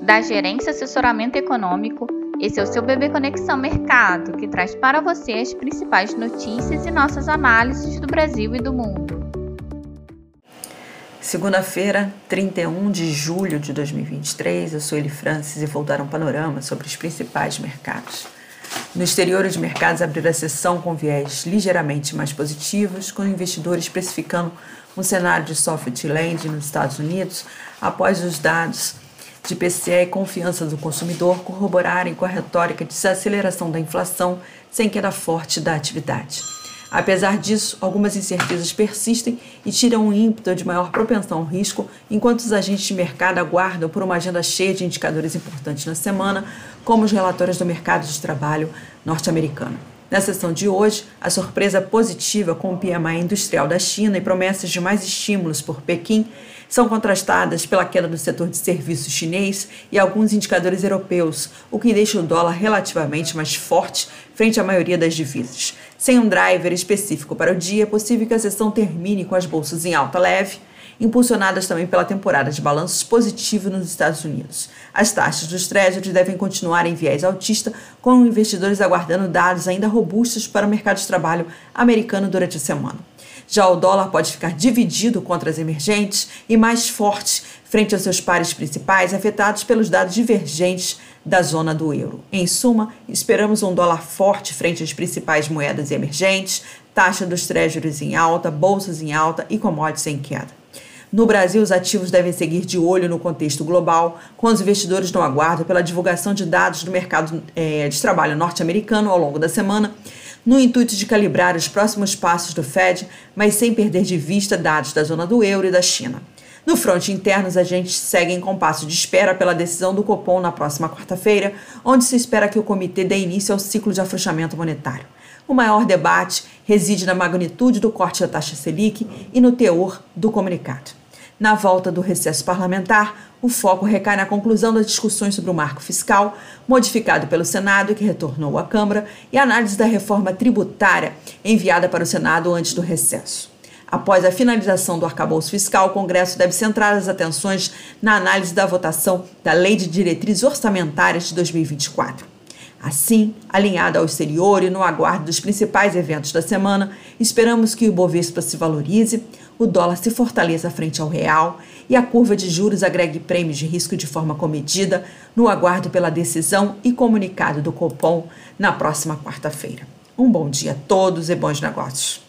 da Gerência Assessoramento Econômico. Esse é o seu BB Conexão Mercado, que traz para você as principais notícias e nossas análises do Brasil e do mundo. Segunda-feira, 31 de julho de 2023, eu sou Eli Francis e vou dar um panorama sobre os principais mercados. No exterior, os mercados abriram a sessão com viés ligeiramente mais positivos, com investidores precificando um cenário de soft landing nos Estados Unidos após os dados de PCE e confiança do consumidor corroborarem com a retórica de desaceleração da inflação sem queda forte da atividade. Apesar disso, algumas incertezas persistem e tiram um ímpeto de maior propensão ao risco, enquanto os agentes de mercado aguardam por uma agenda cheia de indicadores importantes na semana, como os relatórios do mercado de trabalho norte-americano. Na sessão de hoje, a surpresa positiva com o PMI industrial da China e promessas de mais estímulos por Pequim são contrastadas pela queda do setor de serviços chinês e alguns indicadores europeus, o que deixa o dólar relativamente mais forte frente à maioria das divisas. Sem um driver específico para o dia, é possível que a sessão termine com as bolsas em alta leve, impulsionadas também pela temporada de balanços positivos nos Estados Unidos. As taxas dos Treasuries devem continuar em viés altista, com investidores aguardando dados ainda robustos para o mercado de trabalho americano durante a semana. Já o dólar pode ficar dividido contra as emergentes e mais forte frente aos seus pares principais, afetados pelos dados divergentes da zona do euro. Em suma, esperamos um dólar forte frente às principais moedas emergentes, taxa dos Treasuries em alta, bolsas em alta e commodities em queda. No Brasil, os ativos devem seguir de olho no contexto global, com os investidores no aguardo pela divulgação de dados do mercado de trabalho norte-americano ao longo da semana, no intuito de calibrar os próximos passos do Fed, mas sem perder de vista dados da zona do euro e da China. No fronte interno, os agentes seguem com passo de espera pela decisão do Copom na próxima quarta-feira, onde se espera que o comitê dê início ao ciclo de afrouxamento monetário. O maior debate reside na magnitude do corte da taxa Selic e no teor do comunicado. Na volta do recesso parlamentar, o foco recai na conclusão das discussões sobre o marco fiscal, modificado pelo Senado, que retornou à Câmara, e a análise da reforma tributária, enviada para o Senado antes do recesso. Após a finalização do arcabouço fiscal, o Congresso deve centrar as atenções na análise da votação da Lei de Diretrizes Orçamentárias de 2024. Assim, alinhado ao exterior e no aguardo dos principais eventos da semana, esperamos que o Ibovespa se valorize, o dólar se fortaleça frente ao real e a curva de juros agregue prêmios de risco de forma comedida no aguardo pela decisão e comunicado do Copom na próxima quarta-feira. Um bom dia a todos e bons negócios.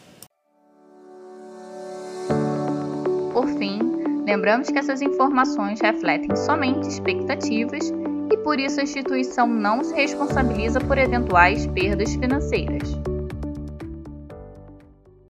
Por fim, lembramos que essas informações refletem somente expectativas e por isso a instituição não se responsabiliza por eventuais perdas financeiras.